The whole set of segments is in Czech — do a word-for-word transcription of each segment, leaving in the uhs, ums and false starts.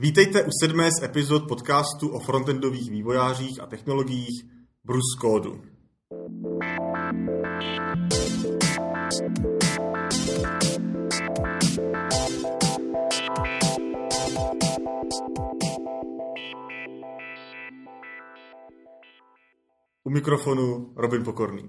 Vítejte u sedmé z epizod podcastu o frontendových vývojářích a technologiích Brus Codu. U mikrofonu Robin Pokorný.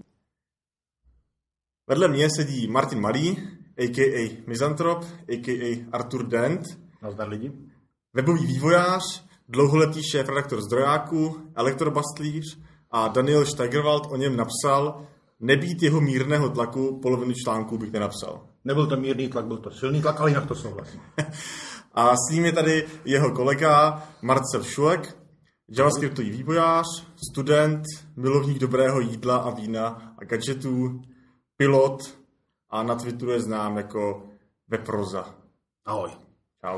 Vedle mě sedí Martin Malý, a k a. Mizantrop, a k a. Artur Dent. Nazdar lidi. Webový vývojář, dlouholetý šéfredaktor Zdrojáku, elektrobastlíř a Daniel Steigerwald o něm napsal: nebýt jeho mírného tlaku, polovinu článků bych nenapsal. Nebyl to mírný tlak, byl to silný tlak, ale jinak to souhlasím. A s ním je tady jeho kolega Marcel Šulek, javascriptový vývojář, student, milovník dobrého jídla a vína a gadgetů, pilot a na Twitteru je znám jako Veproza. Ahoj. Čau.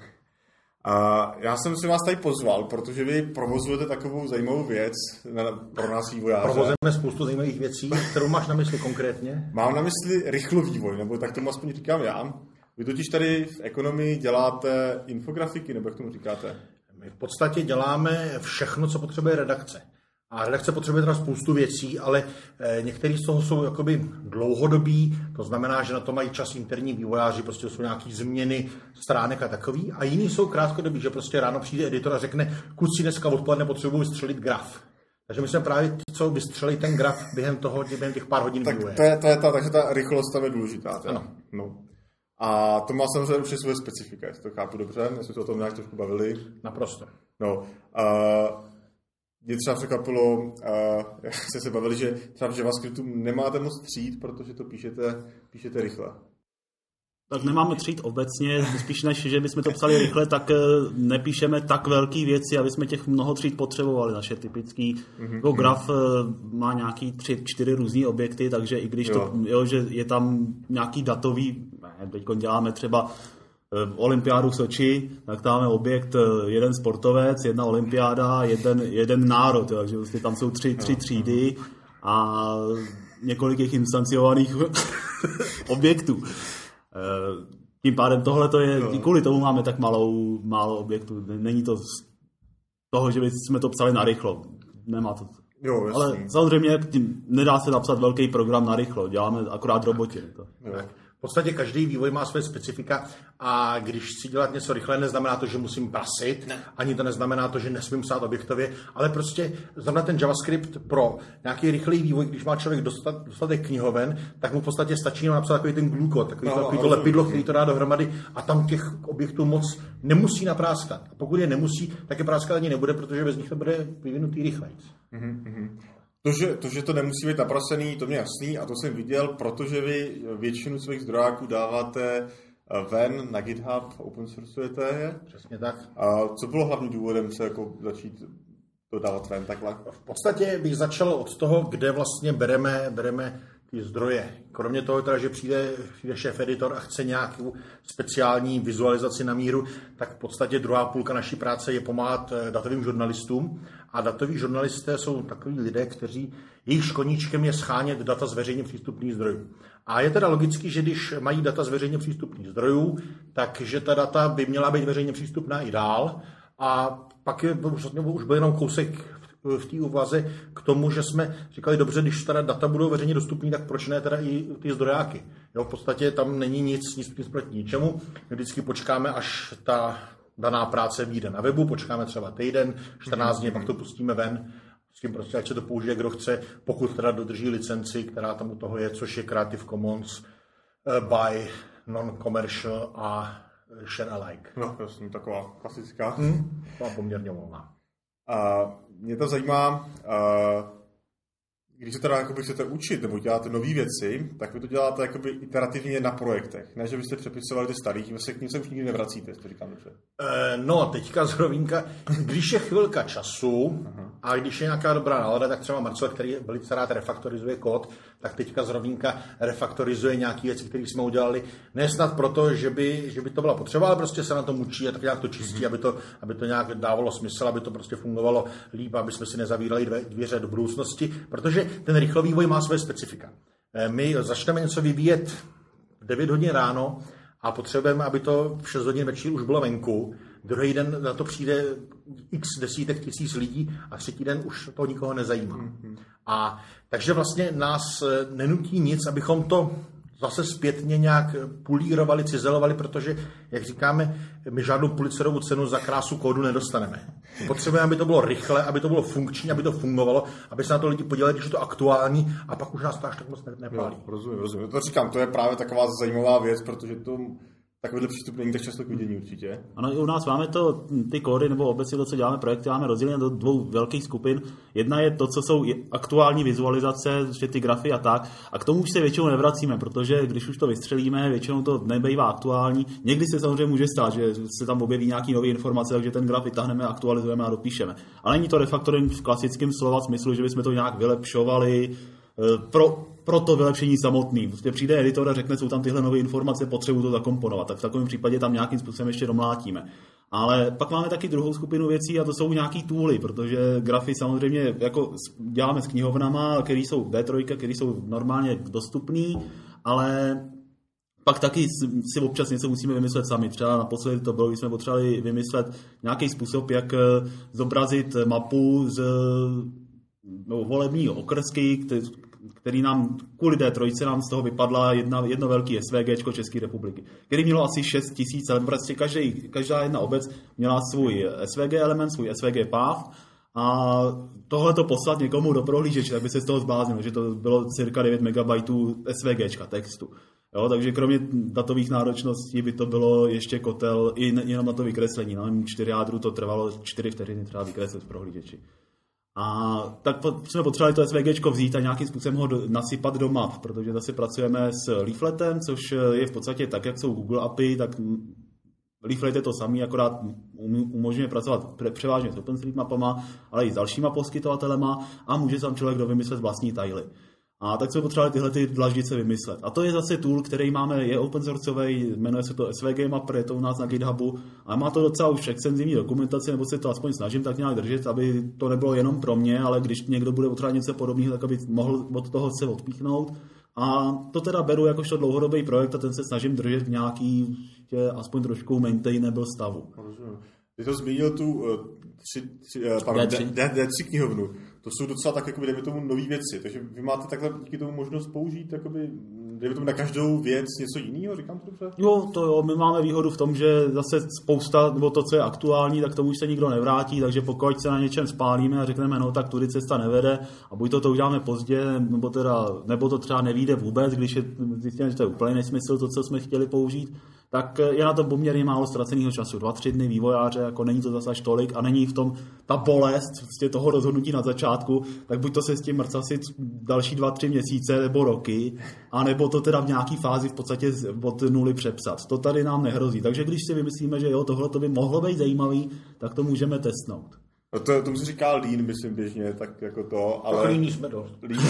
A já jsem si vás tady pozval, protože vy provozujete takovou zajímavou věc pro nás vývojáře. Provozujeme spoustu zajímavých věcí, kterou máš na mysli konkrétně? Mám na mysli rychlovývoj, nebo tak tomu aspoň říkám já. Vy totiž tady v ekonomii děláte infografiky, nebo jak tomu říkáte? My v podstatě děláme všechno, co potřebuje redakce. A redakce potřebuje teda spoustu věcí, ale některé z toho jsou jakoby dlouhodobí, to znamená, že na to mají čas interní vývojáři, prostě jsou nějaké změny stránek a takový, a jiný jsou krátkodobí, že prostě ráno přijde editor a řekne: kluci, dneska odpoledne potřebuji vystřelit graf. Takže my jsme právě ti, co vystřelili ten graf během toho, během těch pár hodin tak vývoje. To je, to je ta, takže ta rychlost tam je důležitá. Ano. No. A to má samozřejmě určitě svoje specifika, jestli to chápu dobře, my jsme se o tom nějak trošku bavili. Naprosto. No, uh, mě třeba překvapilo, uh, jak jste se bavili, že třeba v JavaScriptu nemáte moc tříd, protože to píšete, píšete rychle. Tak nemáme tříd obecně, spíš než, že bychom to psali rychle, tak nepíšeme tak velké věci, aby jsme těch mnoho tříd potřebovali. Naše typický mm-hmm. graf má nějaký tři, čtyři různý objekty, takže i když jo. To, jo, že je tam nějaký datový, ne, teď děláme třeba olympiádu v Soči, tak tam máme objekt jeden sportovec, jedna olympiáda, jeden, jeden národ, jo, takže vlastně tam jsou tři, tři třídy a několik těch instanciovaných objektů. Tím pádem tohle to je, i kvůli tomu máme tak malou, málo objektů. Není to z toho, že jsme to psali narychlo. Nemá to. Jo, ale samozřejmě nedá se napsat velký program narychlo. Děláme akorát roboty. To. V podstatě každý vývoj má své specifika a když si dělat něco rychle, neznamená to, že musím prasit, ne. Ani to neznamená to, že nesmím psát objektově, ale prostě zrovna ten JavaScript pro nějaký rychlý vývoj, když má člověk dostat, dostatek knihoven, tak mu v podstatě stačí napsat takový ten glue code, takový, no, takový to lepidlo, který to dá dohromady, a tam těch objektů moc nemusí napráskat. A pokud je nemusí, tak je práskat ani nebude, protože bez nich to bude vyvinutý rychleji. Mm-hmm. To že, to, že to nemusí být naprasený, to mě jasný, a to jsem viděl, protože vy většinu svých zdrojáků dáváte ven na GitHub, open sourceujete je. Přesně tak. A co bylo hlavním důvodem se jako začít to dávat ven takhle? V podstatě bych začal od toho, kde vlastně bereme, bereme ty zdroje. Kromě toho, teda, že přijde, přijde šéf editor a chce nějakou speciální vizualizaci na míru, tak v podstatě druhá půlka naší práce je pomáhat datovým žurnalistům. A datoví žurnalisté jsou takový lidé, kteří jejich koníčkem je schánět data z veřejně přístupných zdrojů. A je teda logický, že když mají data z veřejně přístupných zdrojů, takže ta data by měla být veřejně přístupná i dál. A pak je, už byl jenom kousek v té úvaze k tomu, že jsme říkali: dobře, když teda data budou veřejně dostupné, tak proč ne teda i ty zdrojáky. Jo, v podstatě tam není nic, nic proti ničemu. My vždycky počkáme, až ta daná práce vyjde na webu, počkáme třeba týden, čtrnáct dní, pak to pustíme ven. S tím prostě, ať se to použije, kdo chce, pokud teda dodrží licenci, která tam u toho je, což je Creative Commons, by, non-commercial a share alike. No, jasně, taková klasická. Hmm, to poměrně volná. A mě to zajímá, uh, když se teda jakoby chcete učit nebo děláte nové věci, tak vy to děláte jakoby iterativně na projektech. Ne, že byste přepisovali ty starý, tím se k ním se už nikdy nevracíte, jestli to říkám dobře. E, no, teďka zrovínka, když je chvilka času uh-huh. a když je nějaká dobrá nálada, tak třeba Marcel, který velice rád refaktorizuje kód, tak teďka zrovínka refaktorizuje nějaké věci, které jsme udělali. Ne snad proto, že by, že by to byla potřeba, ale prostě se na to mučí a tak nějak to čistí, uh-huh. aby, to, aby to nějak dávalo smysl, aby to prostě fungovalo líp, aby jsme si nezavírali dveře do budoucnosti, protože ten rychlový vývoj má své specifika. My začneme něco vyvíjet v devět hodin ráno a potřebujeme, aby to v šest hodin večer už bylo venku. druhý den na to přijde x desítek tisíc lidí a třetí den už to nikoho nezajímá. Mm-hmm. A takže vlastně nás nenutí nic, abychom to zase zpětně nějak pulírovali, cizelovali, protože, jak říkáme, my žádnou Pulitzerovu cenu za krásu kódu nedostaneme. Potřebujeme, aby to bylo rychle, aby to bylo funkční, aby to fungovalo, aby se na to lidi podívali, když je to aktuální, a pak už nás to až tak moc nepálí. Jo, rozumím, rozumím. To říkám, to je právě taková zajímavá věc, protože to takovýhle přístup není tak často k vidění určitě. Ano, i u nás máme to, ty kódy, nebo obecně to, co děláme projekty, máme rozdělené do dvou velkých skupin. Jedna je to, co jsou aktuální vizualizace, že ty grafy a tak. A k tomu už se většinou nevracíme, protože když už to vystřelíme, většinou to nebejvá aktuální. Někdy se samozřejmě může stát, že se tam objeví nějaký nové informace, takže ten graf vytáhneme, aktualizujeme a dopíšeme. Ale není to refaktoring v klasickém slova smyslu, že bychom to nějak vylepšovali pro, pro to vylepšení samotný. Prostě přijde editor a řekne, jsou tam tyhle nové informace, potřebuji to zakomponovat. Tak v takovém případě tam nějakým způsobem ještě domlátíme. Ale pak máme taky druhou skupinu věcí a to jsou nějaký tooly, protože grafy samozřejmě jako děláme s knihovnama, které jsou D tři, které jsou normálně dostupné, ale pak taky si občas něco musíme vymyslet sami. Třeba naposledy to bylo, když jsme potřebovali vymyslet nějaký způsob, jak zobrazit mapu z no, volební okrsky, který nám kvůli D tři nám z toho vypadla jedna, jedno velký SVGčko České republiky, který mělo asi šest tisíc, ale prostě každý, každá jedna obec měla svůj S V G element, svůj S V G path a tohle to poslat někomu do prohlížeče, tak by se z toho zbláznilo, že to bylo cirka devět megabajtů SVGčka textu. Jo, takže kromě datových náročností by to bylo ještě kotel i jenom na to vykreslení. Na mém čtyři jádru to trvalo čtyři vteřiny třeba vykreslit v prohlížeči. A tak jsme potřebovali to SVGčko vzít a nějakým způsobem ho do, nasypat do map, protože zase pracujeme s Leafletem, což je v podstatě tak, jak jsou Google A P I, tak Leaflet je to samý, akorát umožňuje pracovat pre, převážně s OpenStreetMapama, ale i s dalšíma poskytovatelema a může tam člověk dovymyslet vlastní tajly. A tak jsme potřebovali tyhle ty dlaždice vymyslet. A to je zase tool, který máme, je open sourceový, jmenuje se to S V G Mapper, je to u nás na GitHubu a má to docela už extenzivní dokumentaci, nebo se to aspoň snažím tak nějak držet, aby to nebylo jenom pro mě, ale když někdo bude potřebovat něco podobného, tak aby mohl od toho se odpíchnout. A to teda beru jakožto dlouhodobý projekt a ten se snažím držet v nějaký tě, aspoň trošku maintainable stavu. Rozumím. Ty to zmínil tu uh, tři, tři, uh, pardon, D tři. D tři knihovnu. To jsou docela tak, jakoby, dejme tomu, nový věci. Takže vy máte takhle díky tomu možnost použít, jakoby, dejme tomu, na každou věc něco jiného, říkám to dobře? Jo, to jo, my máme výhodu v tom, že zase spousta, nebo to, co je aktuální, tak tomu už se nikdo nevrátí, takže pokud se na něčem spálíme a řekneme, no tak tudy cesta nevede a buď to, to uděláme pozdě, nebo, teda, nebo to třeba nevyjde vůbec, když je zjistíme, že to je úplně nesmysl, to, co jsme chtěli použít, tak je na to poměrně málo ztraceného času. Dva, tři dny vývojáře, jako není to zase až tolik a není v tom ta bolest vlastně toho rozhodnutí na začátku, tak buď to se s tím mrcasit další dva, tři měsíce nebo roky, anebo to teda v nějaký fázi v podstatě od nuly přepsat. To tady nám nehrozí. Takže když si vymyslíme, že jo, tohle to by mohlo být zajímavý, tak to můžeme testnout. No to, tomu se říká lean, myslím běžně, tak jako to, ale... To líní jsme dost.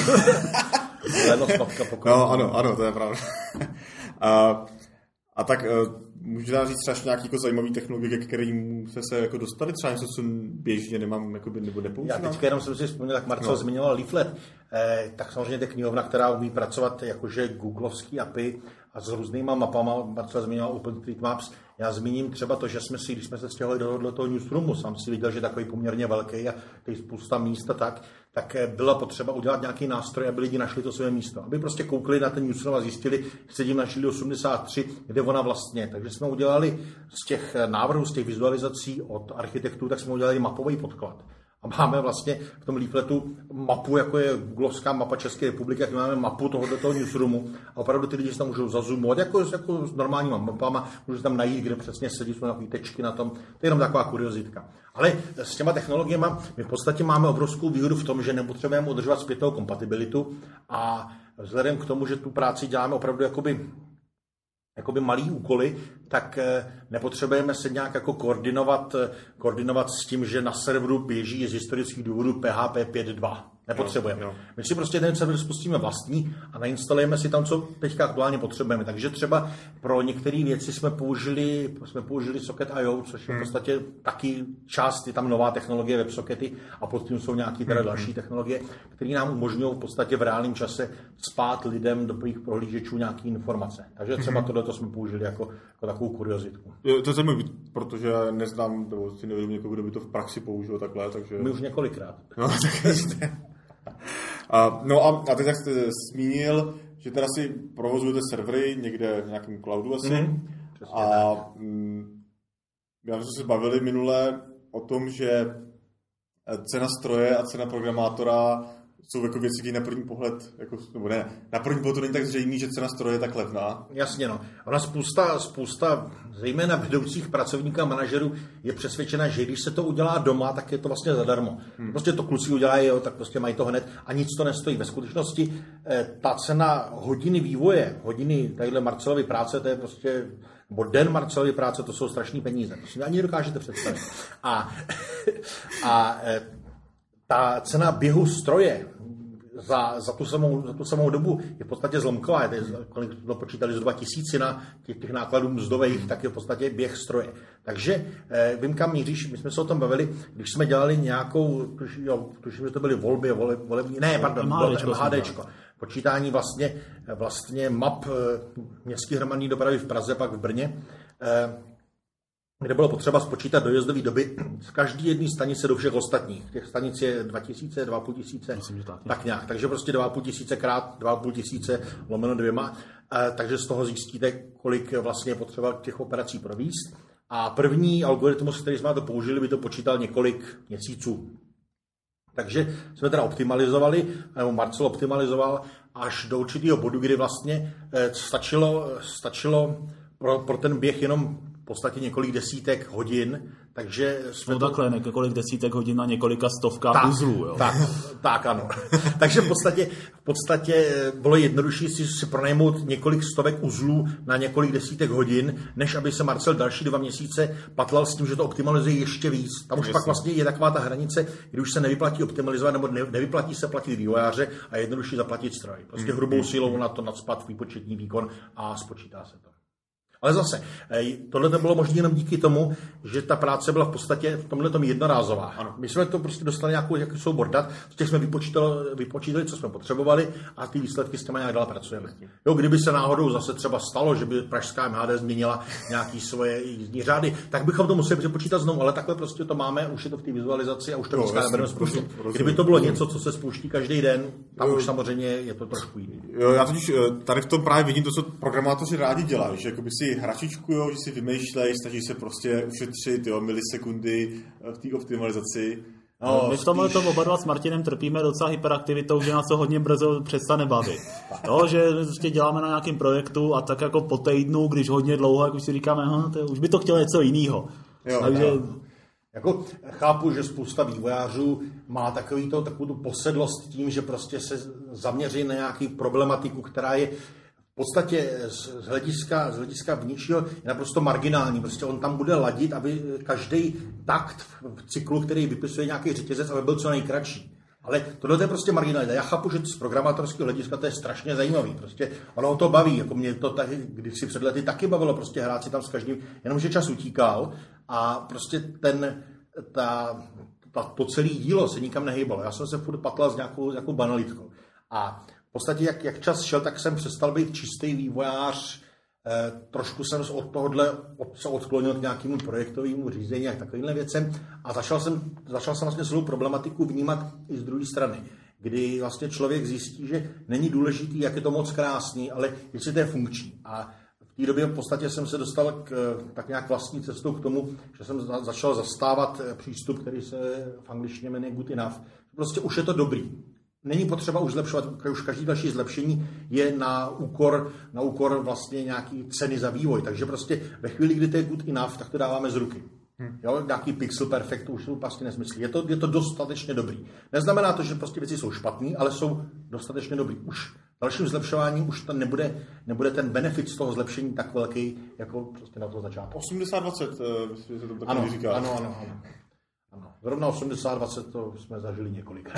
No ano, ano, to je pravda. a, a tak můžu nám říct třeba nějaký jako zajímavý technologie, ke kterým jste se jako dostali, třeba něco, co běžně nemám jakoby, nebo nepoužívám? Já teďka jenom jsem si vzpomněl, jak Marcel no. zmiňoval Leaflet, eh, tak samozřejmě ta knihovna, která umí pracovat jakože googlovský A P I a s různýma mapama, Marcel zmiňoval OpenStreetMaps, já zmíním třeba to, že jsme si, když jsme se stěhovali do, do toho newsroomu, sám si viděl, že takový poměrně velký a tady spousta místa tak, tak byla potřeba udělat nějaký nástroj, aby lidi našli to své místo. Aby prostě koukli na ten newsroom a zjistili, že sedím na Žili osmdesát tři, kde ona vlastně. Takže jsme udělali z těch návrhů, z těch vizualizací od architektů, tak jsme udělali mapový podklad. A máme vlastně v tom leafletu mapu, jako je googlovská mapa České republiky, jak máme mapu tohoto toho newsroomu. A opravdu ty lidi se tam můžou zazumovat, jako, jako s normálníma mapama, můžou tam najít, kde přesně sedí, jsou takové tečky na tom. To je jenom taková kuriozitka. Ale s těma technologiemi my v podstatě máme obrovskou výhodu v tom, že nepotřebujeme udržovat zpětnou kompatibilitu a vzhledem k tomu, že tu práci děláme opravdu jakoby jakoby malý úkoly, tak nepotřebujeme se nějak jako koordinovat, koordinovat s tím, že na serveru běží z historických důvodů P H P pět tečka dva. Nepotřebujeme. Jo, jo. My si prostě ten server spustíme vlastní a nainstalujeme si tam, co teďka aktuálně potřebujeme. Takže třeba pro některé věci jsme použili, jsme použili Socket tečka i o, což je v podstatě taky část, je tam nová technologie WebSockety a pod tím jsou nějaké teda další technologie, které nám umožňují v podstatě v reálném čase spát lidem do jejich prohlížečů nějaké informace. Takže třeba tohle jsme použili jako, jako takovou kuriozitku. Je, to je zajímavé, protože neznám, nebo si nevím někoho, kdo by to v praxi použil takhle, takže... My už několikrát. No, tak jste. A, no a, a teď jak jste zmínil, že teda si provozujete servery někde v nějakém cloudu asi. Mm-hmm. A mm, já jsme se bavili minule o tom, že cena stroje a cena programátora jsou jako věci, které na první pohled, jako, nebo ne, na první pohled to není tak zřejmý, že cena stroje je tak levná. Jasně, no. Ona spousta, spousta zejména vedoucích pracovníků a manažerů je přesvědčena, že když se to udělá doma, tak je to vlastně zadarmo. Hmm. Prostě to kluci udělají, jo, tak prostě mají to hned a nic to nestojí. Ve skutečnosti ta cena hodiny vývoje, hodiny tadyhle Marcelovy práce, to je prostě, nebo den Marcelovy práce, to jsou strašný peníze. To si ani nedokážete představit. A, a ta cena běhu stroje za, za, tu samou, za tu samou dobu je v podstatě zlomková. Je, kolik to počítali z dva tisíce na těch, těch nákladů mzdových, tak je v podstatě běh stroje. Takže eh, vím, kam míříš, my jsme se o tom bavili, když jsme dělali nějakou, jo, tuším, že to byly volby, vole, volební, ne, pardon, MHDčko. Počítání vlastně, vlastně map městské hromadné dopravy v Praze, pak v Brně, eh, kde bylo potřeba spočítat dojezdové doby z každé jedné stanice do všech ostatních. Těch stanic je dva tisíce, dva a půl tisíce, Myslím, tak, tak nějak. Takže prostě dva a půl tisíce krát dva a půl tisíce lomeno dvěma. E, takže z toho zjistíte, kolik vlastně je potřeba těch operací províst. A první algoritmus, který jsme to použili, by to počítal několik měsíců. Takže jsme teda optimalizovali, nebo Marcel optimalizoval až do určitého bodu, kdy vlastně stačilo, stačilo pro, pro ten běh jenom v podstatě několik desítek hodin, takže jsme no to... takhle, několik desítek hodin na několika stovkách tak, uzlů, jo. Tak, tak ano. Takže v podstatě, v podstatě bylo jednodušší si, si pronajmout několik stovek uzlů na několik desítek hodin, než aby se Marcel další dva měsíce patlal s tím, že to optimalizuje ještě víc. Tam už Jasně. pak vlastně je taková ta hranice, kdy už se nevyplatí optimalizovat, nebo ne, nevyplatí se platit vývojáře a jednodušší zaplatit stroj. Prostě mm. hrubou silou na to nacpat výpočetní výkon a spočítá se to. Ale zase, tohle to bylo možné jenom díky tomu, že ta práce byla v podstatě v tomhle tom jednorázová. Ano. My jsme to prostě dostali nějakou jaký soubor dat, z těch jsme vypočítali, vypočítali, co jsme potřebovali a ty výsledky s těmi nějak dál pracujeme. Jo, kdyby se náhodou zase třeba stalo, že by pražská M H D změnila nějaké svoje jízdní řády, tak bychom to museli přepočítat znovu, ale takhle prostě to máme, už je to v té vizualizaci a už to dneska nebudeme spustit. Kdyby to bylo něco, co se spouští každý den, tam jo. už samozřejmě je to trošku jiný. Jo, já totiž tady v tom právě vidím to, co programátoři rádi dělají, že jakoby si hračičkujou, že si vymýšlejí, snaží se prostě ušetřit jo, milisekundy v té optimalizaci. No, my v tomhle spíš... oba dva s Martinem trpíme docela hyperaktivitou, že nás to hodně brzo přestane bavit. Jo, že prostě děláme na nějakém projektu a tak jako po týdnu, když hodně dlouho, jak už si říkáme, no, to, už by to chtělo něco jiného. Takže... Jako, chápu, že spousta vývojářů má takový to, takovou tu posedlost tím, že prostě se zaměří na nějaký problematiku, která je v podstatě z hlediska, z hlediska vnějšího je naprosto marginální. Prostě on tam bude ladit, aby každý takt v cyklu, který vypisuje nějaký řetězec, aby byl co nejkratší. Ale tohle je prostě marginalita. Já chápu, že z programátorského hlediska to je strašně zajímavý. Prostě ono ho to baví. Jako mě to taky, když si před lety taky bavilo prostě hrát si tam s každým, jenomže čas utíkal a prostě ten, ta, ta, to celé dílo se nikam nehýbalo. Já jsem se furt patlal s nějakou, nějakou banalitkou. A v podstatě, jak, jak čas šel, tak jsem přestal být čistý vývojář. Eh, trošku jsem od tohohle od, se odklonil k nějakému projektovému řízení a takovýmhle věcem a začal jsem, začal jsem vlastně celou problematiku vnímat i z druhé strany, kdy vlastně člověk zjistí, že není důležitý, jak je to moc krásný, ale jestli to je funkční. A v té době v podstatě jsem se dostal k, tak nějak vlastní cestou k tomu, že jsem za, začal zastávat přístup, který se v angličtině jmenuje good enough. Prostě už je to dobrý. Není potřeba už zlepšovat, už každý další zlepšení je na úkor, na úkor vlastně nějaký ceny za vývoj. Takže prostě ve chvíli, kdy to je good enough, tak to dáváme z ruky. Hmm. Jo, nějaký pixel perfect, už jsou vlastně nesmysly. Je to, je to dostatečně dobrý. Neznamená to, že prostě věci jsou špatný, ale jsou dostatečně dobrý. Už dalším zlepšováním už to nebude, nebude ten benefit z toho zlepšení tak velký, jako prostě na to začátku. osmdesát dvacet, uh, se to ano, říká. Ano, ano, ano. Ano. Zrovna osmdesát dvacet to jsme zažili několikrát.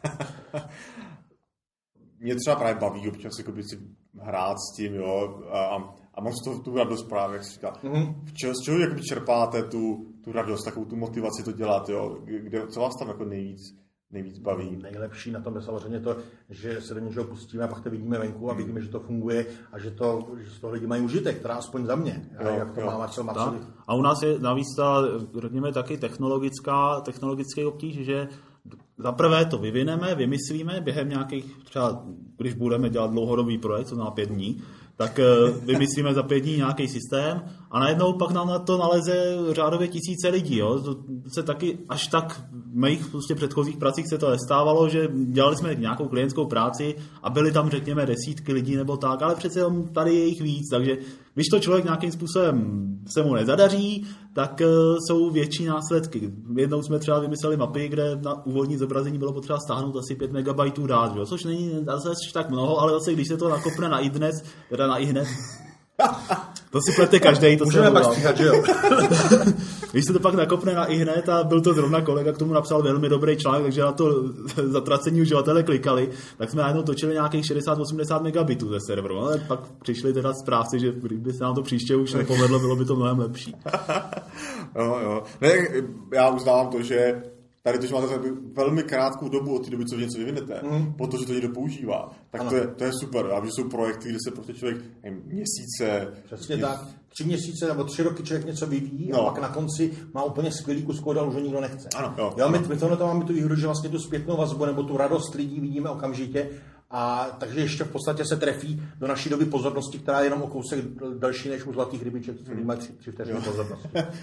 Mě třeba právě baví občas jakoby, si hrát s tím, jo, a, a mám z toho tu radost právě, jak si říká. Mm-hmm. Č- z čeho jakoby čerpáte tu, tu radost, takovou tu motivaci to dělat, jo? Kde, co vás tam jako nejvíc, nejvíc baví? Nejlepší na tom je samozřejmě to, že se do něčeho pustíme a pak to vidíme venku a vidíme, že to funguje a že, to, že z toho lidi mají užitek, teda aspoň za mě. Jo, jak to jo. má Marcel Marceli. A u nás je navíc ta, řekněme, taky technologická, technologický obtíž, že za prvé to vyvineme, vymyslíme během nějakých, třeba když budeme dělat dlouhodobý projekt, co na pět dní, tak vymyslíme za pět dní nějaký systém a najednou pak nám na to naleze řádově tisíce lidí. Jo? To se taky až tak v mých prostě předchozích pracích se to nestávalo, že dělali jsme nějakou klientskou práci a byly tam, řekněme, desítky lidí nebo tak, ale přece tady je jich víc, takže když to člověk nějakým způsobem se mu nezadaří, tak uh, jsou větší následky. Jednou jsme třeba vymysleli mapy, kde na úvodní zobrazení bylo potřeba stáhnout asi pět megabajtů dát, jo? Což není zase tak mnoho, ale zase když se to nakopne na iDnes, teda na iHnet, to si plete každej, to můžeme pak stříhat, že jo? Když se to pak nakopne na iHnet a byl to zrovna kolega, k tomu napsal velmi dobrý článek, takže na to zatracení uživatele klikali, tak jsme najednou točili nějakých šedesát osmdesát megabitů ze serveru. Ale pak přišli teda správci, že kdyby se nám to příště už nepovedlo, bylo by to mnohem lepší. Jo, jo. Ne, já uznávám to, že tady to, že máte velmi krátkou dobu od té doby, co vy něco vyvinete, mm. protože to někdo používá, tak to je, to je super. Já vím, že jsou projekty, kde se prostě člověk nevím, měsíce... Přesně mě... tak. Tři měsíce nebo tři roky člověk něco vyvíjí no. a pak na konci má úplně skvělý kus kóda, už ho nikdo nechce. Ano, jo, jo, ano. My, my tohle to máme tu výhodu, že vlastně tu zpětnou vazbu nebo tu radost lidí vidíme okamžitě. A takže ještě v podstatě se trefí do naší doby pozornosti, která je jenom o kousek další než u zlatých rybiček, který mají tři, tři vteřiny pozornosti.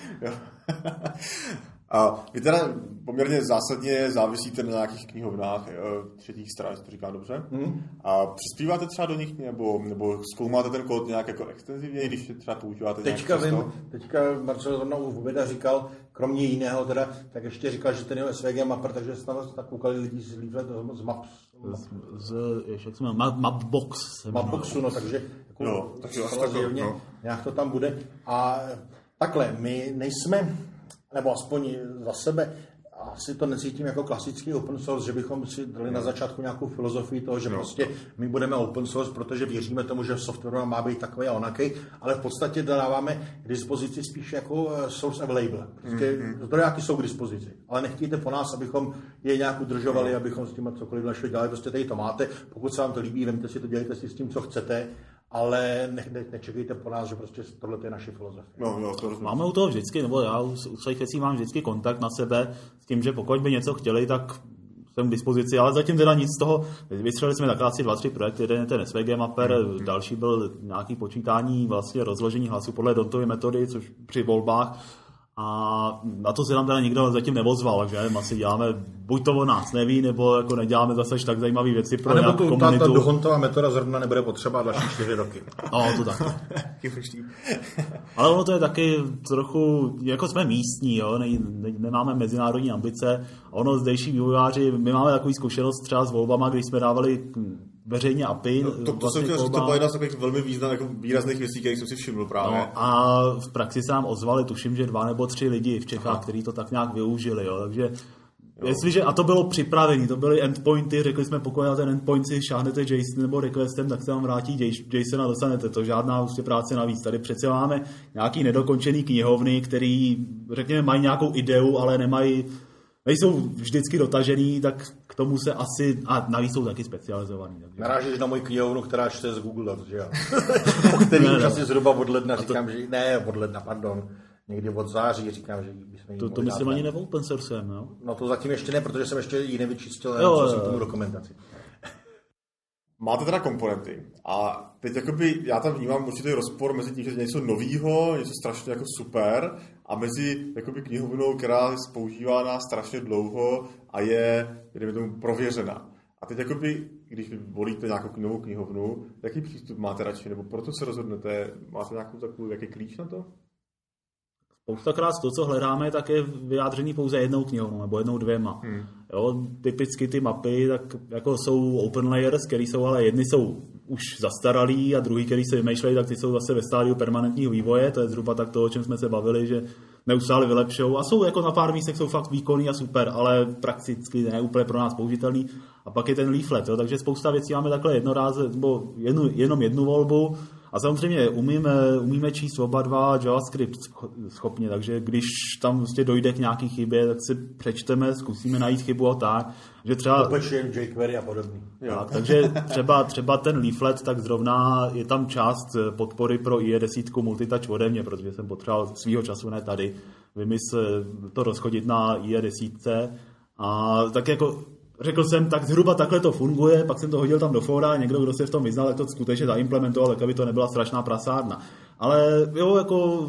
A vy teda poměrně zásadně závisíte na nějakých knihovnách třetích stran, to říká dobře. Hmm. A přispíváte třeba do nich, nebo, nebo zkoumáte ten kód nějak jako extenzivně, když třeba používáte teďka vím, teďka Marcel zrovna u Vubeda říkal, kromě jiného teda, tak ještě říkal, že ten jeho S V G mapper, takže se tam tak koukali lidi z leaflet, z Maps. Z, jak se jmenuje, Mapbox. Mapboxu, no, takže jako, no, takže zjevně no. nějak to tam bude. A takhle, my nejsme, nebo aspoň za sebe, asi to necítím jako klasický open source, že bychom si dali na začátku nějakou filozofii toho, že no. prostě my budeme open source, protože věříme tomu, že software má být takový a onaký, ale v podstatě dáváme k dispozici spíš jako source available. Prostě mm-hmm. zdrojáky jsou k dispozici, ale nechtějte po nás, abychom je nějak udržovali, no. abychom s tím cokoliv dalšího dělali, prostě tady to máte. Pokud se vám to líbí, vemte si to, dělejte si s tím, co chcete, ale ne, ne, nečekejte po nás, že prostě tohle je naše filozofie. No, no, to máme u toho vždycky, nebo já u svých věcí mám vždycky kontakt na sebe s tím, že pokud by něco chtěli, tak jsem k dispozici, ale zatím teda nic z toho. Vystřelili jsme takhle asi dva, tři projekty, jeden je ten S V G mapper, mm-hmm. další byl nějaký počítání vlastně rozložení hlasu podle Dontovy metody, což při volbách. A na to se nám teda nikdo zatím nevozval, že asi děláme, buď to o nás neví, nebo jako neděláme zase tak zajímavé věci pro nějakou komunitu. A nebo ta Dohontová metoda zrovna nebude potřeba další čtyři roky. No, to tak. Ale ono to je taky trochu, jako jsme místní, jo, ne, ne, nemáme mezinárodní ambice. Ono zdejší vývojáři, my máme takovou zkušenost třeba s volbama, když jsme dávali veřejně A P I. No, to, to jsem chtěl říct, to byla jedna z takových velmi význam, jako výrazných věcí, kterých jsem si všiml právě. No, a v praxi se nám ozvali, tuším, že dva nebo tři lidi v Čechách, kteří to tak nějak využili. Jo. Takže jo. Jestliže, a to bylo připravené, to byly endpointy, řekli jsme, pokud na ten endpoint si šáhnete JSON nebo requestem, tak se vám vrátí JSON a dostanete to, žádná vlastně práce navíc. Tady přece máme nějaký nedokončený knihovny, který, řekněme, mají nějakou ideu, ale nemají, nejsou vždycky dotažený, tak k tomu se asi, a navíc jsou taky specializovaný. Takže. Narážíš na moji knihovnu, která čte z Google Docs, že jo? O který už asi zhruba od ledna říkám, to... že ne, od ledna, pardon. Někdy od září říkám, že bychom jí To, to myslím ani neopen sourcem, jo? No to zatím ještě ne, protože jsem ještě ji nevyčistil, jo, jsem tomu dokumentaci. Máte teda komponenty a teď jakoby, já tam vnímám určitý rozpor mezi tím, že je něco novýho, něco strašně jako super a mezi jakoby knihovnou, která je používána strašně dlouho a je, je tomu prověřena. A teď jakoby, když vy volíte nějakou novou knihovnu, jaký přístup máte radši, nebo proto se rozhodnete, máte nějakou takovou, jaký klíč na to? Spoustakrát to, co hledáme, tak je vyjádření pouze jednou knihou nebo jednou dvěma. Hmm. Jo, typicky ty mapy tak jako jsou open layers, které jsou, ale jedny jsou už zastaralý a druhý, který se vymýšlejí, tak ty jsou zase ve stádiu permanentního vývoje. To je zhruba tak to, o čem jsme se bavili, že neustále vylepšou a jsou jako na pár místech jsou fakt výkonný a super, ale prakticky ne úplně pro nás použitelný. A pak je ten leaflet, jo, takže spousta věcí máme takhle jednoráze, nebo jednu, jenom jednu volbu a samozřejmě umíme, umíme číst oba dva JavaScript schopně, takže když tam prostě dojde k nějaký chybě, tak si přečteme, zkusíme najít chybu a tak, že třeba... Opečujeme jQuery a podobný. Jo, takže třeba, třeba ten leaflet, tak zrovna je tam část podpory pro I E deset multitouch ode mě, protože jsem potřeboval svýho času, ne tady, vymysl to rozchodit na I E deset a tak jako řekl jsem, tak zhruba takhle to funguje, pak jsem to hodil tam do fóra, někdo, kdo se v tom vyznal, tak to skutečně zaimplementoval, tak aby to nebyla strašná prasárna. Ale jo, jako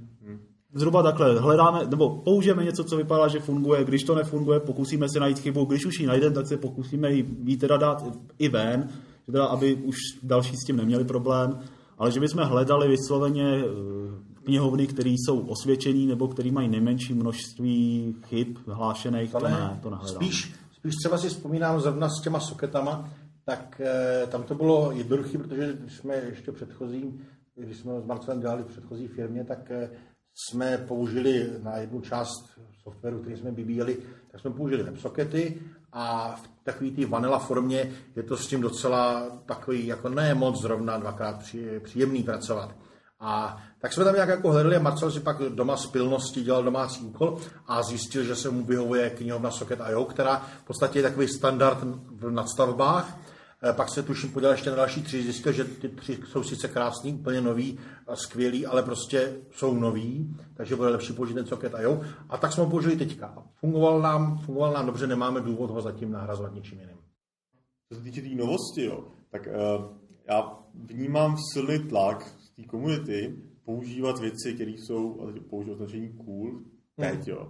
zhruba takhle hledáme, nebo použijeme něco, co vypadá, že funguje, když to nefunguje, pokusíme se najít chybu, když už ji najdeme, tak se pokusíme ji teda dát i ven, teda aby už další s tím neměli problém, ale že bychom hledali vysloveně knihovny, které jsou osvědčení nebo které mají nejmenší množství chyb hlášených, to, to ne, to nehledám. Spíš Když třeba si vzpomínám zrovna s těma soketama, tak e, tam to bylo jednoduché, protože když jsme ještě předchozí, když jsme s Marcelem dělali v předchozí firmě, tak e, jsme použili na jednu část softwaru, který jsme vyvíjeli, tak jsme použili WebSockety a v takové té vanilla formě je to s tím docela takový, jako ne moc zrovna dvakrát při, příjemný pracovat. A tak jsme tam nějak jako hledali a Marcel si pak doma z pilnosti dělal domácí úkol a zjistil, že se mu vyhovuje knihovna Socket tečka i o, která v podstatě je takový standard v nadstavbách. Pak se tuším podíval ještě na další tři, zjistil, že ty tři jsou sice krásný, úplně nový a skvělý, ale prostě jsou nový, takže bude lepší použít ten Socket tečka i o. A tak jsme ho použili teďka. Fungoval nám, fungoval nám dobře, nemáme důvod ho zatím nahrazovat něčím jiným. Co se týče té novosti, jo, tak uh, já vnímám silný tlak z té komunity používat věci, které jsou, a teď použiju označení cool, teď, jo.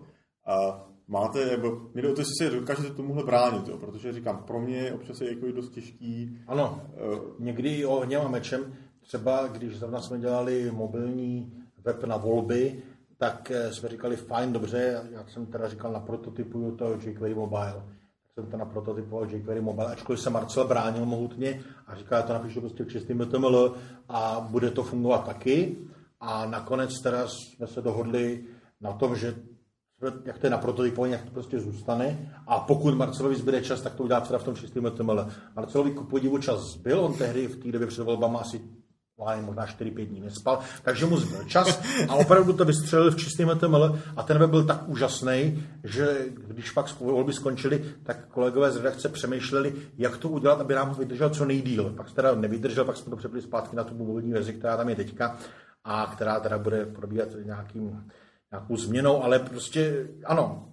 A máte, nebo mě o to, jestli se dokážete tomuhle bránit, jo, protože říkám, pro mě občas je jako dost těžký. Ano, uh, někdy i ohněm a mečem, třeba když zrovna jsme dělali mobilní web na volby, tak jsme říkali, fajn, dobře, já jsem teda říkal, na prototypuju to jQuery Mobile. Jsem to na prototypoval jQuery Mobile, ačkoliv se Marcel bránil mohutně a říkal, já to napíšu prostě v čistým H T M L a bude to fungovat taky. A nakonec teda jsme se dohodli na tom, že jak to je na prototypování, jak to prostě zůstane. A pokud Marcelovi zbyde čas, tak to udělá teda v tom čistým H T M L. Marcelovi ku podivu čas zbyl, on tehdy v té době před volbama asi možná čtyři pět dní nespal, takže mu zbyl čas a opravdu to vystřelil v čistým H T M L a ten web byl tak úžasný, že když pak volby skončily, tak kolegové z redakce přemýšleli, jak to udělat, aby nám ho vydržel co nejdýl. Pak se teda nevydržel, pak jsme to přepli zpátky na tu mobilní verzi, která tam je teďka a která teda bude probíhat nějakým, nějakou změnou, ale prostě ano,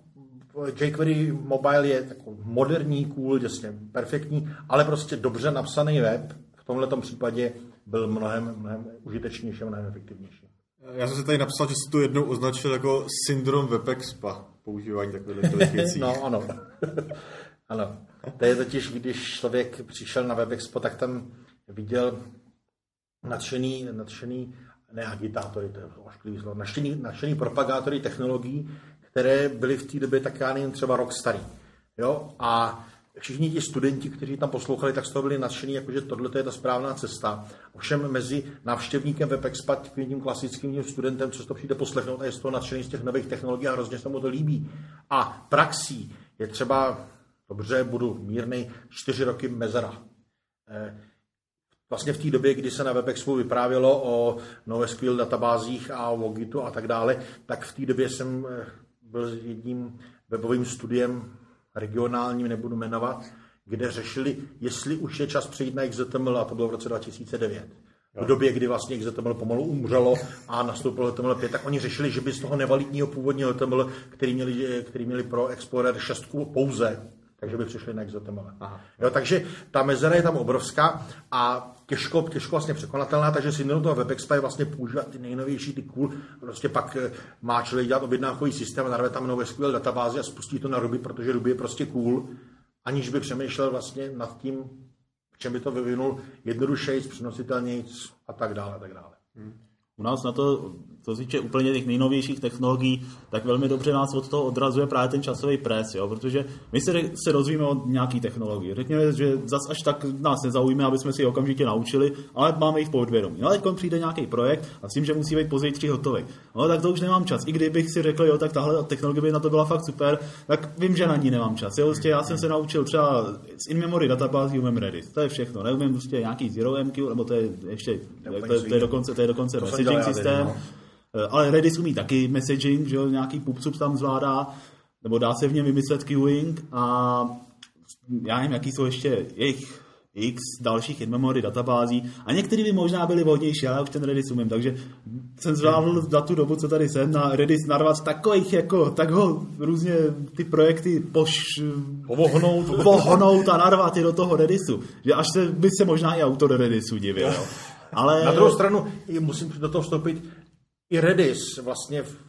jQuery Mobile je takový moderní, cool, jasně, perfektní, ale prostě dobře napsaný web v tomhletom případě byl mnohem, mnohem užitečnější a mnohem efektivnější. Já jsem si tady napsal, že jsi to jednou označil jako syndrom WebExpa, používání takových věcí. No, ano. Ano. To je totiž, když člověk přišel na WebExpo, tak tam viděl nadšený, nadšený ne agitátory, to je ošklivý slovo, nadšený, nadšený propagátory technologií, které byly v té době tak já nevím, třeba rok starý. Jo? A všichni ti studenti, kteří tam poslouchali, tak z toho byli nadšení, jakože tohle je ta správná cesta. Ovšem mezi návštěvníkem WebExpa, tím klasickým studentem, co to přijde poslechnout a je z toho nadšený z těch nových technologií a hrozně se mu to líbí. A praxí je třeba, dobře, budu mírnej, čtyři roky mezera. Vlastně v té době, kdy se na WebExpu vyprávělo o NoSQL databázích a o Gitu a tak dále, tak v té době jsem byl jedním webovým studiem regionálním, nebudu jmenovat, kde řešili, jestli už je čas přejít na X H T M L, a to bylo v roce dva tisíce devět. V době, kdy vlastně X H T M L pomalu umřelo a nastoupilo H T M L pět, tak oni řešili, že by z toho nevalitního původního H T M L, který měli, který měli pro Explorer šest pouze, takže by přišli na X H T M L. Aha. Jo, takže ta mezera je tam obrovská a těžko, těžko vlastně překonatelná, takže syndrom toho WebExpa je vlastně používat ty nejnovější, ty cool, prostě pak má člověk dělat objednávkový systém a narve tam NoSQL databázi a spustí to na Ruby, protože Ruby je prostě cool, aniž by přemýšlel vlastně nad tím, v čem by to vyvinul jednodušejc, přenositelnějc a tak dále, a tak dále. Hmm. U nás na to, co se týče úplně těch nejnovějších technologií, tak velmi dobře nás od toho odrazuje právě ten časový pres, jo? Protože my se, se rozvíjíme od nějaký technologie. Řekněme, že zas až tak nás nezaujíme, aby jsme si ji okamžitě naučili, ale máme jich podvědomí. No, teď přijde nějaký projekt a s tím, že musí být později tři hotový. No, tak to už nemám čas. I kdybych si řekl, jo, tak tahle technologie by na to byla fakt super, tak vím, že na ní nemám čas. Jo? Prostě já jsem se naučil třeba z in-memory databází umím Redis. To je všechno. Neumím prostě nějaký Zero M Q, nebo to je ještě, to je, to je dokonce, to je dokonce to messaging systém. No. Ale Redis umí taky messaging, že jo, nějaký pupcup tam zvládá, nebo dá se v něm vymyslet queuing a já nevím, jaký jsou ještě jejich x dalších in-memory databází a některý by možná byly vhodnější, ale já už ten Redis umím, takže jsem zvládl za tu dobu, co tady jsem, na Redis narvat takových, jako, tak ho různě ty projekty poš... povohnout, povohnout a narvat je do toho Redisu, že až se, by se možná i autor Redisu divil. Jo. Ale... Na druhou stranu musím do toho vstoupit, i Redis vlastně v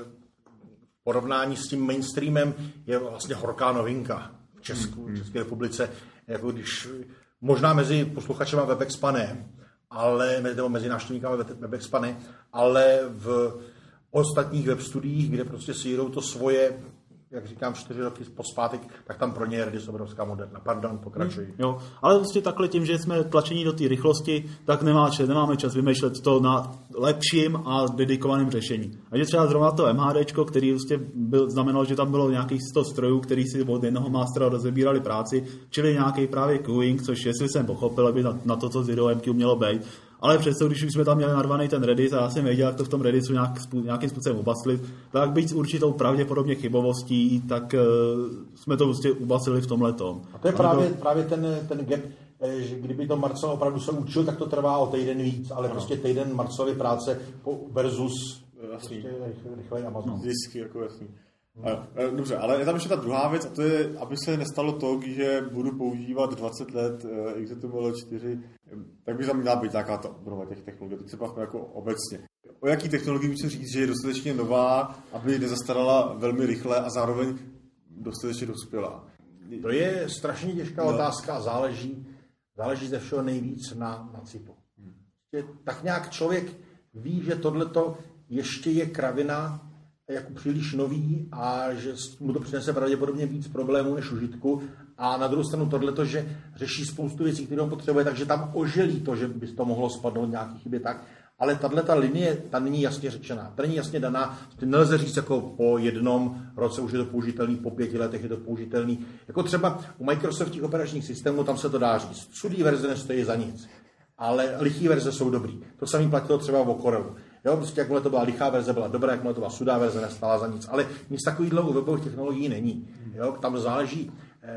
porovnání s tím mainstreamem je vlastně horká novinka v Česku, v České republice, jako když možná mezi posluchačema WebExpanem, ale nebo mezi návštěvníkami WebExpany, ale v ostatních webstudiích, kde prostě si jedou to svoje, jak říkám, čtyři roky pospátek, tak tam pro ně je Redis obrovská moderna. Pardon, pokračuji. Hmm, jo, ale prostě takhle tím, že jsme tlačení do té rychlosti, tak nemá čas, nemáme čas vymýšlet to na lepším a dedikovaném řešení. A že třeba zrovna to MHDčko, který prostě byl, znamenalo, že tam bylo nějakých sto strojů, který si od jednoho mastera rozebírali práci, čili nějaký právě queuing, což jestli jsem pochopil, aby na, na to, co Zero M Q mělo být. Ale přesto, když už jsme tam měli narvaný ten Redis a já jsem věděl, jak to v tom Redisu nějak, nějakým způsobem ubaslit, tak být s určitou pravděpodobně chybovostí, tak uh, jsme to prostě ubasili v tomhletom. A to je právě, to... právě ten, ten gap, že kdyby to Marcel opravdu se učil, tak to trvá o týden víc, ale no. prostě týden Marcelovy práce versus jasný. Prostě rychlej Amazon. Zisky, jako jasný. Hmm. Dobře, ale je tam ještě ta druhá věc, a to je, aby se nestalo to, že budu používat dvacet let X T M L čtyři, tak by tam měla být nějaká ta obnova těch technologií. Teď se bavíme jako obecně. O jaký technologii musím říct, že je dostatečně nová, aby nezastarala velmi rychle a zároveň dostatečně dospělá? To je strašně těžká no. otázka a záleží, záleží ze všeho nejvíc na, na citu. Hmm. Tak nějak člověk ví, že tohleto ještě je kravina, jako příliš nový a že mu to přinese pravděpodobně víc problémů než užitku. A na druhou stranu tohleto, že řeší spoustu věcí, které on potřebuje, takže tam oželí to, že by to mohlo spadnout nějaký chybě tak. Ale tato linie, ta není jasně řečená, ta není jasně daná. Nelze říct, jako po jednom roce už je to použitelný, po pěti letech je to použitelný. Jako třeba u Microsoftních operačních systémů, tam se to dá říct. Sudý verze nestojí za nic, ale lichý verze jsou dobrý. To samé platilo třeba o Corelu. Jo, prostě jakmile to byla lichá verze, byla dobrá, jakmile to byla sudá verze, nestála za nic. Ale nic takového u webových technologií není. Jo, tam záleží.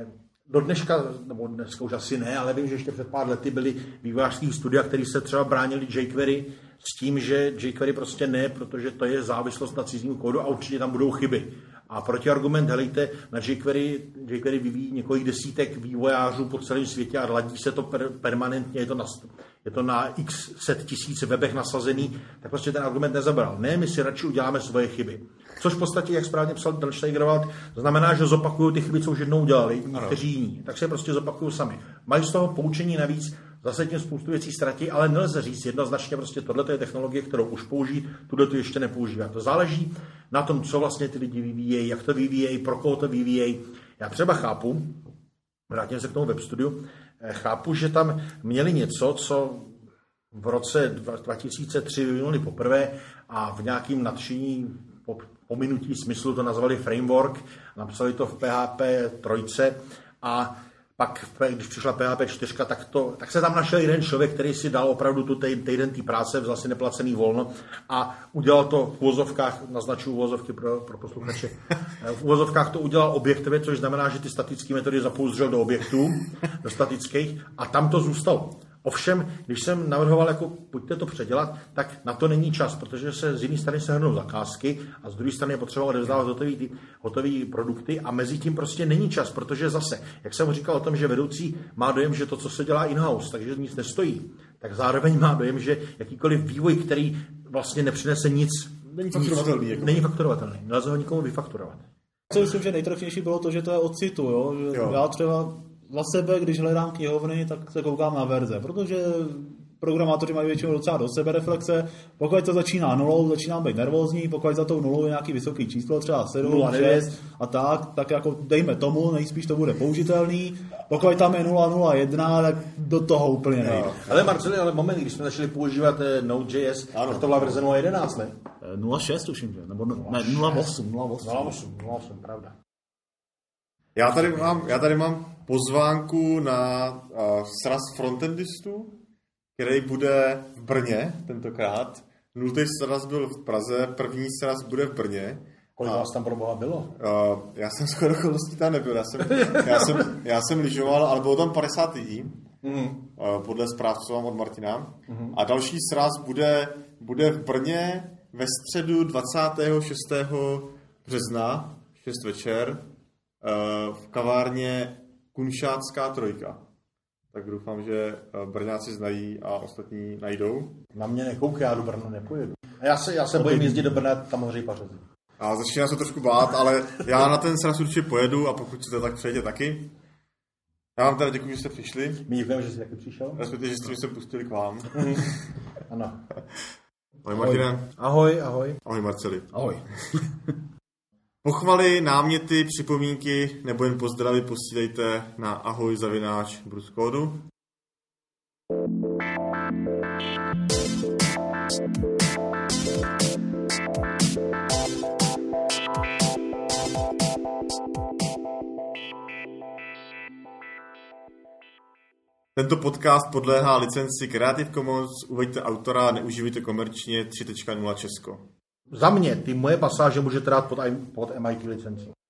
Do dneška, nebo dneska už asi ne, ale vím, že ještě před pár lety byly vývojářský studia, které se třeba bránili jQuery s tím, že jQuery prostě ne, protože to je závislost na cizím kódu a určitě tam budou chyby. A protiargument, helejte, na jQuery, jQuery vyvíjí několik desítek vývojářů po celém světě a ladí se to per, permanentně, je to, na, je to na x set tisíc webech nasazený, tak prostě ten argument nezabral. Ne, my si radši uděláme svoje chyby. Což v podstatě, jak správně psal Dan Steigerwald, znamená, že zopakují ty chyby, co už jednou udělali, někteří jiní. Tak se prostě zopakují sami. Mají z toho poučení navíc, zase tím spoustu věcí ztratí, ale nelze říct jednoznačně, prostě tohle je technologie, kterou už použijí, tuhle to ještě nepoužívá. To záleží na tom, co vlastně ty lidi vyvíjejí, jak to vyvíjejí, pro koho to vyvíjejí. Já třeba chápu, vrátím se k tomu webstudiu, chápu, že tam měli něco, co v roce dva tisíce tři vyvinuli poprvé a v nějakým nadšení po pominutí smyslu to nazvali framework, napsali to v P H P tři a pak, když přišla P H P čtyři, tak, to, tak se tam našel jeden člověk, který si dal opravdu tu týden té práce, vzal si neplacený volno a udělal to v uvozovkách, naznačuju uvozovky pro, pro posluchače, v uvozovkách to udělal objektově, což znamená, že ty statické metody zapouzdřel do objektů, do statických a tam to zůstalo. Ovšem, když jsem navrhoval, jako pojďte to předělat, tak na to není čas, protože se z jedné strany se hrnou zakázky a z druhé strany je potřeba odevzdávat hotový, hotový produkty a mezi tím prostě není čas, protože zase, jak jsem říkal o tom, že vedoucí má dojem, že to, co se dělá in-house, takže nic nestojí, tak zároveň má dojem, že jakýkoliv vývoj, který vlastně nepřinese nic, není fakturovatelný. Jako. Není fakturovatelný, nelze ho nikomu vyfakturovat. Co myslím, že nejtrefnější bylo to, že to je od citu, jo? Že jo. Já třeba za sebe, když hledám knihovny, tak se koukám na verze, protože programátoři mají většinou docela do sebereflexe. Pokud to začíná nulou, začínám být nervózní, pokud za tou nulou je nějaký vysoký číslo, třeba sedm, šest a tak, tak jako dejme tomu, nejspíš to bude použitelný. Pokud tam je nula nula jedna, tak do toho úplně nejde. No. Ale Marceli, ale moment, když jsme začali používat Node.js, tak to byla verze nula jedenáct, ne? nula šest tuším, že? Nebo ne, nula osm. nula osm, nula osm, pravda. Já tady mám, já tady mám pozvánku na uh, sraz frontendistů, který bude v Brně tentokrát. Nultý sraz byl v Praze, první sraz bude v Brně. Kolik vás tam pro boha bylo? Uh, já jsem skoro okolností tam nebyl. Já jsem, já jsem, já jsem lyžoval, ale bylo tam padesát lidí. Mm. Uh, podle zpráv, co mám od Martina. Mm. A další sraz bude, bude v Brně ve středu dvacátého šestého března, šest večer, uh, v kavárně Kunšátská trojka. Tak doufám, že Brňáci znají a ostatní najdou. Na mě nekoukej, já do Brna nepojedu. Já se, já se bojím jezdit do Brna, tam hoří pařezí. A začíná se trošku bát, ale já na ten sraz určitě pojedu a pokud chcete, tak přejďte taky. Já vám teda děkuji, že jste přišli. My děkujeme, že jsi taky přišel. Respektive, že jste mi se pustili k vám. Ano. Ahoj Martine. Ahoj, ahoj. Ahoj Marceli. Ahoj. Pochvaly, náměty, připomínky nebo jen pozdravy posílejte na ahoj zavináč bruskódu. Tento podcast podléhá licenci Creative Commons, uveďte autora, neužívejte komerčně tři tečka nula Česko. Za mě, ty moje pasáže můžete dát pod, pod M I T licenci.